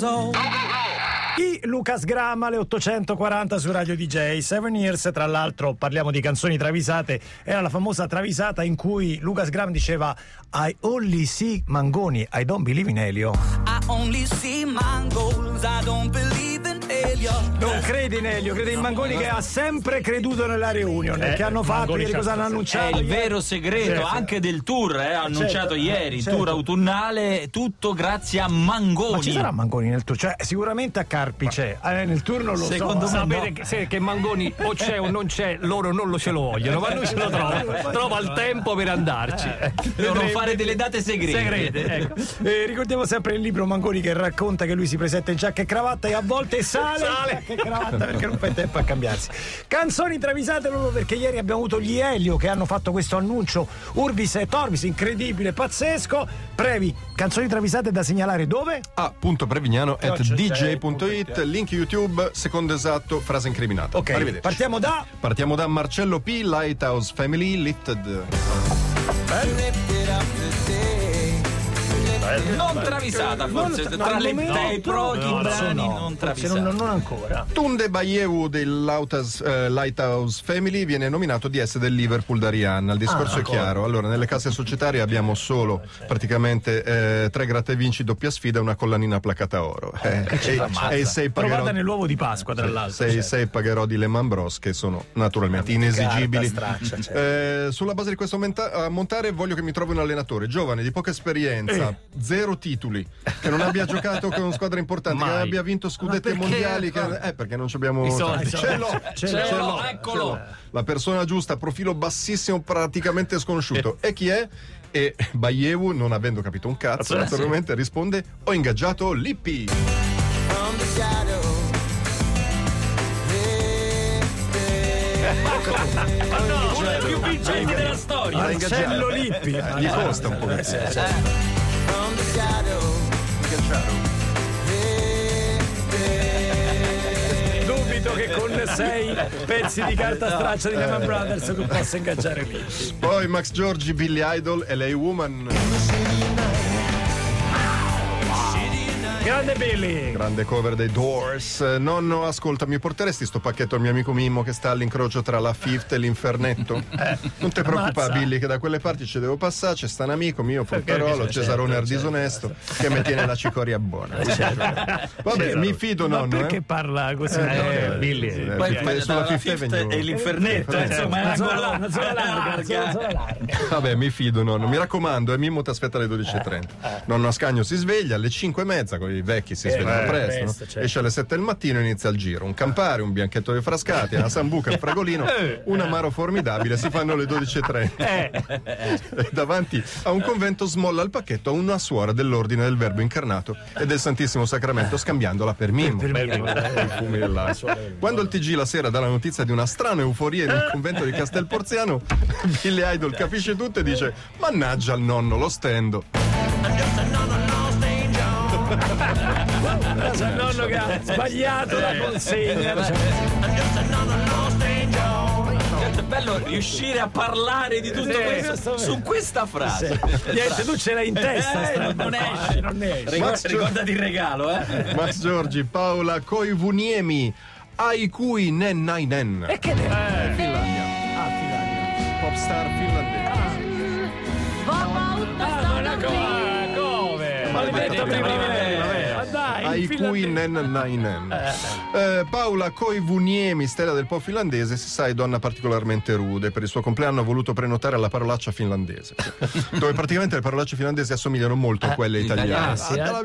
years old. I Lucas Graham alle 840 su Radio DJ. 7 Years, tra l'altro parliamo di canzoni travisate, era la famosa travisata in cui Lucas Graham diceva I only see Mangoni, I don't believe in Elio. I only see Mongols, I don't believe in Elio. Non crede in Elio, crede in Mangoni, che ha sempre creduto nella reunion che hanno fatto. Ieri cosa hanno annunciato? È il vero segreto anche del tour, ha annunciato ieri, tour autunnale, tutto grazie a Mangoni. Ma ci sarà Mangoni nel tour? Cioè sicuramente a Carpi c'è, nel tour non lo Secondo so. me che Mangoni o c'è o non c'è, loro non ce lo vogliono, ma lui ce lo trova il tempo per andarci. Devono fare delle date segrete. Ecco. Ricordiamo sempre il libro Mangoni che racconta che lui si presenta in giacca e cravatta e a volte sale in giacca e cravatta perché non fa in tempo a cambiarsi. Canzoni travisate proprio perché ieri abbiamo avuto gli Elio che hanno fatto questo annuncio Urbis e Torbis, incredibile, pazzesco. Previ, canzoni travisate da segnalare dove? a.prevignano@dj.it, link YouTube, secondo esatto, frase incriminata. Ok, Arrivederci. partiamo da Marcello P, Lighthouse Family, Lifted. Non travisata, forse tra le pochi brani non travisata. Non ancora. Tunde Bayeu del Lighthouse Family viene nominato DS del Liverpool da Rihanna. Il discorso è chiaro. Allora, nelle casse societarie abbiamo solo praticamente 3 gratta e vinci, doppia sfida e una collanina placata oro. E 6 pagherò. Trovata nell'uovo di Pasqua, tra l'altro. 6 pagherò di Lehman Bros, che sono naturalmente inesigibili. Sulla base di questo montare voglio che mi trovi un allenatore giovane, di poca esperienza, 0 titoli, che non abbia giocato con squadre importanti, che non abbia vinto scudetti mondiali, perché non abbiamo soldi. Ce l'ho, eccolo. La persona giusta, profilo bassissimo, praticamente sconosciuto. E chi è? E Bayeu, non avendo capito un cazzo, naturalmente risponde: ho ingaggiato Lippi. Uno dei più vincenti della storia, Marcello Lippi. Gli costa un po'. Dubito che con 6 pezzi di carta straccia di Lehman Brothers tu possa ingaggiare Lippi. Poi Max Giorgi, Billy Idol e LA Woman. Grande Billy. Grande cover dei Doors. Nonno, ascolta, mi porteresti sto pacchetto al mio amico Mimmo che sta all'incrocio tra la Fifth e l'Infernetto? Non ti preoccupare, Billy, che da quelle parti ci devo passare. C'è sta un amico mio, Fortarolo, Cesarone disonesto, che mi tiene la cicoria buona. Vabbè, mi fido, nonno. Ma perché parla così? Billy. Poi sulla Fifth e l'Infernetto, insomma, è una zona larga. Vabbè, mi fido, nonno. Mi raccomando, Mimmo ti aspetta alle 12:30. Nonno Ascagno si sveglia alle 5:30, con i vecchi si svegliano presto, no? certo. Esce alle 7 del mattino e inizia il giro. Un Campari, un bianchetto di frascati, una sambuca, un fragolino, un amaro formidabile. Si fanno le 12:30. E davanti a un convento smolla il pacchetto a una suora dell'ordine del Verbo incarnato e del Santissimo Sacramento, scambiandola per Mimmo. Fumi dell'acqua. Quando il TG la sera dà la notizia di una strana euforia in un convento di Castel Porziano, Billy Idol capisce tutto e dice: mannaggia al nonno, lo stendo. Il nonno che ha sbagliato la consegna. È bello riuscire a parlare di tutto questo su questa frase. Niente, tu ce l'hai in testa. Non esce. Ricordati il regalo, Max Giorgi, Paola Koivuniemi, Aikui Nen Nainen. E che ne è? Finlandia. Finlandia. Pop star finlandese. Come? Ma l'hai detto prima. Aikui Nen Nainen. Paola Koivuniemi, stella del pop finlandese, si sa è donna particolarmente rude. Per il suo compleanno ha voluto prenotare alla parolaccia finlandese, dove praticamente le parolacce finlandesi assomigliano molto a quelle italiane.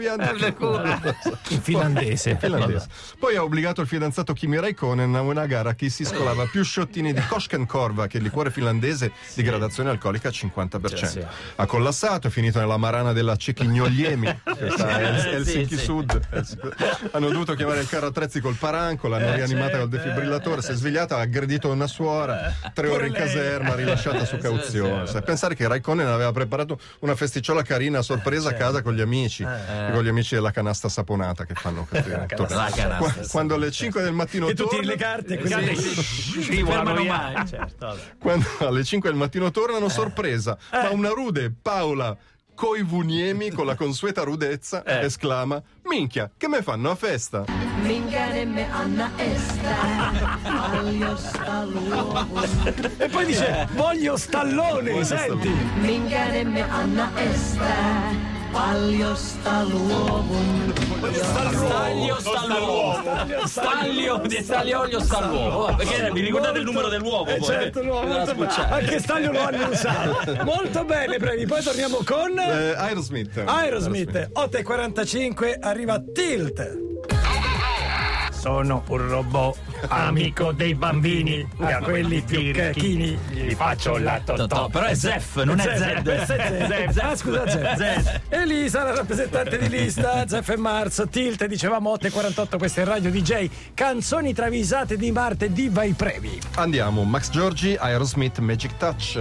In finlandese. Poi ha obbligato il fidanzato Kimi Räikkönen a una gara a chi si scolava più sciottini di Koskenkorva, che è il liquore finlandese di gradazione alcolica al 50%. Ha collassato, è finito nella marana della Cecchignogliemi, che sta a Helsinki Sud. Hanno dovuto chiamare il carro attrezzi col paranco, l'hanno rianimata col defibrillatore, si è svegliata, ha aggredito una suora, 3 ore in caserma, rilasciata su cauzione. Pensare che Räikkönen aveva preparato una festicciola carina a sorpresa a casa con gli amici della canasta saponata che fanno quando alle 5 del mattino e tu tiri le carte scivolano mai. Quando alle 5 del mattino tornano, sorpresa, ma una rude Paola Koivuniemi con la consueta rudezza esclama: minchia, che me fanno a festa? Minkä me anna estää, paljosta luovun. E poi dice voglio Stallone, senti. Minkä me anna estää, paljosta luovun. Staglio sta l'uovo. Perché vi ricordate il numero dell'uovo? Certo, anche Staglio lo hanno usato. Molto bene, bravi. Poi torniamo con Aerosmith. 8:45 arriva Tilt. Sono un robot amico dei bambini, a quelli più cacchini gli faccio la totò. Però è Zef, non è Zed. Ah, scusa, Zed. Elisa, la rappresentante di lista, Zef e Marzo. Tilt, dicevamo 8:48, questa è Radio DJ. Canzoni travisate di martedì, vai previ. Andiamo, Max Giorgi, Aerosmith, Magic Touch.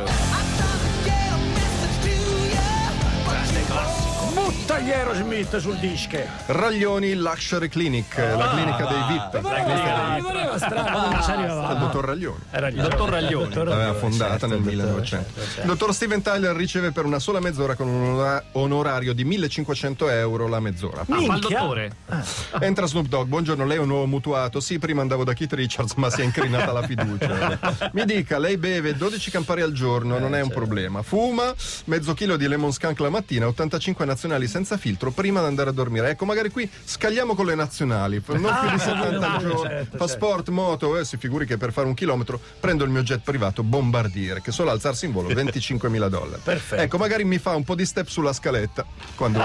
Butta gli Aerosmith sul disco. Raglioni, Luxury Clinic, la clinica dei VIP. Pareva strano, non ci arrivava. Il dottor Raglioni. Dottor Raglioni. L'aveva fondata nel 1900. Il dottor Steven Tyler riceve per una sola mezz'ora con un onorario di 1.500 euro la mezz'ora. Ma il dottore? Entra Snoop Dogg: buongiorno, lei è un nuovo mutuato? Sì, prima andavo da Keith Richards, ma si è incrinata la fiducia. Mi dica, lei beve 12 Campari al giorno, non è un problema. Fuma mezzo chilo di lemon skunk la mattina, 85 nazionali senza filtro prima di andare a dormire. Ecco, magari qui scagliamo con le nazionali, non più di 70 al giorno. Fa sport, moto, si figuri che per fare 1 chilometro prendo il mio jet privato Bombardier, che solo alzarsi in volo $25.000. Perfetto. Ecco, magari mi fa un po' di step sulla scaletta quando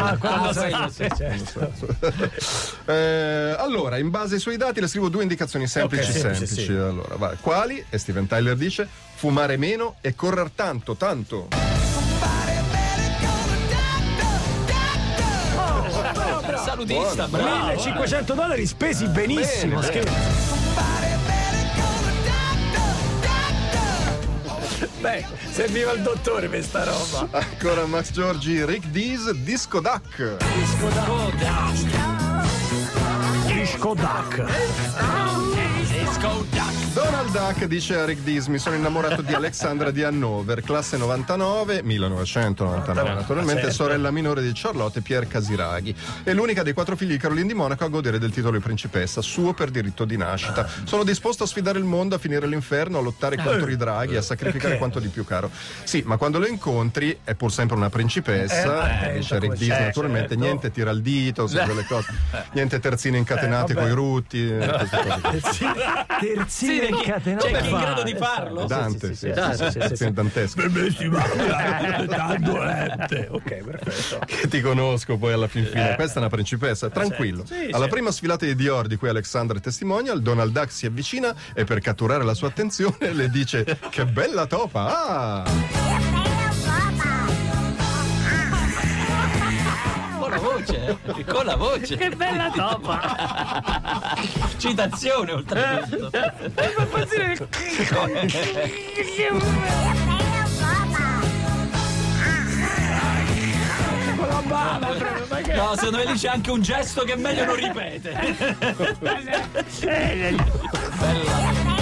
allora, in base ai suoi dati le scrivo 2 indicazioni semplici. Sì. Allora, vai. Quali? E Steven Tyler dice: fumare meno e correr tanto. Salutista, bravo. $1.500 spesi benissimo. Beh, serviva il dottore per sta roba. Ancora Max Giorgi, Rick Dees, Disco Duck. Disco Duck. Donald Duck dice a Rick Dees: mi sono innamorato di Alexandra di Hannover, classe 1999 naturalmente, sorella minore di Charlotte e Pierre Casiraghi. È l'unica dei 4 figli di Caroline di Monaco a godere del titolo di principessa, suo per diritto di nascita. Sono disposto a sfidare il mondo, a finire l'inferno, a lottare contro i draghi, a sacrificare quanto di più caro. Sì, ma quando lo incontri è pur sempre una principessa, dice Rick Dees, naturalmente, niente tira al dito, quelle cose, niente terzine incatenate coi rutti, queste cose. Terzine incatenate. C'è chi è in grado di farlo? Dante, sì, dantesco. Ok, perfetto. Che ti conosco poi alla fin fine. Questa è una principessa, tranquillo. Alla prima sfilata di Dior di cui Alexandra è testimonial, Donald Duck si avvicina e per catturare la sua attenzione le dice: che bella topa! Con la voce. Che bella topa! Citazione oltretutto. No, secondo me lì c'è anche un gesto che è meglio non ripete. Bella.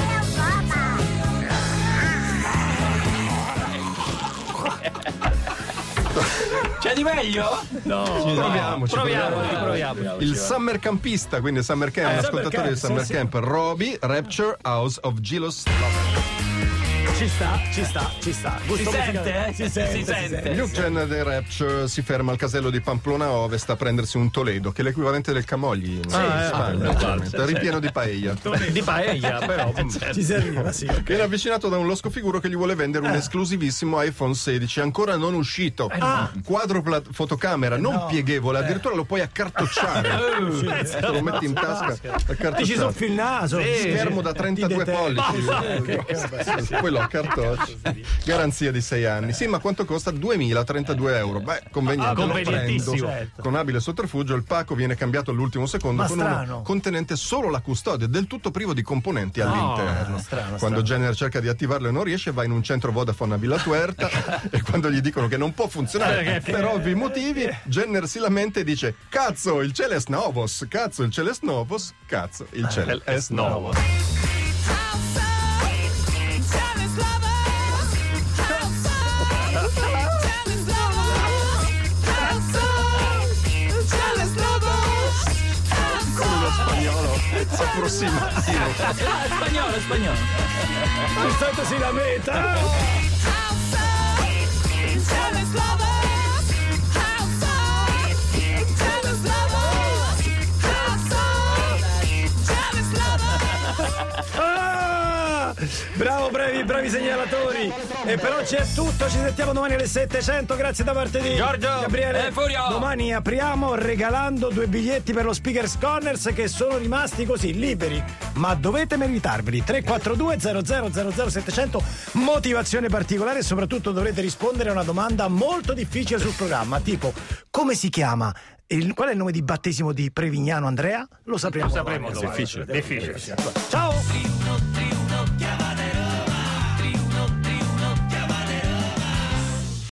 C'è di meglio? No, proviamo. Il summer campista, quindi summer camp, un ascoltatore di summer camp, Roby, Rapture, House of Jealous Lover. Ci sta. Si sente? Si sente. Luke Jenner dei Rapture si ferma al casello di Pamplona Ovest a prendersi un Toledo, che è l'equivalente del Camogli in Spagna, ripieno di paella. Di paella, però. Ci serviva, sì. Viene avvicinato da un losco figuro che gli vuole vendere un esclusivissimo iPhone 16 ancora non uscito. Quadrupla fotocamera, non pieghevole, addirittura lo puoi accartocciare. Te lo metti in tasca, Ti ci soffia il naso. schermo da 32 pollici. Poi lo accartocci. Garanzia di 6 anni. Sì, ma quanto costa? 2.032 euro. Beh, conveniente, lo prendo. Con abile sotterfugio il pacco viene cambiato all'ultimo secondo con uno contenente solo la custodia, del tutto privo di componenti all'interno. Quando Jenner cerca di attivarlo e non riesce, va in un centro Vodafone a Villa Tuerta e quando gli dicono che non può funzionare per ovvi motivi, Jenner si lamenta e dice: cazzo, il cielo è novos, cazzo, il cielo è novos, cazzo, il cielo è novos. approssimativo. Spagnolo. Il santo si lamenta. Bravo, bravi segnalatori. E per oggi è tutto, ci sentiamo domani alle 7:100. Grazie da parte di Giorgio Gabriele. Furio. Domani apriamo regalando 2 biglietti per lo Speakers Corners che sono rimasti così liberi, ma dovete meritarveli. 342 00 700. Motivazione particolare e soprattutto dovrete rispondere a una domanda molto difficile sul programma, tipo: come si chiama? Qual è il nome di battesimo di Prevignano Andrea? Lo sapremo. Difficile. Ciao!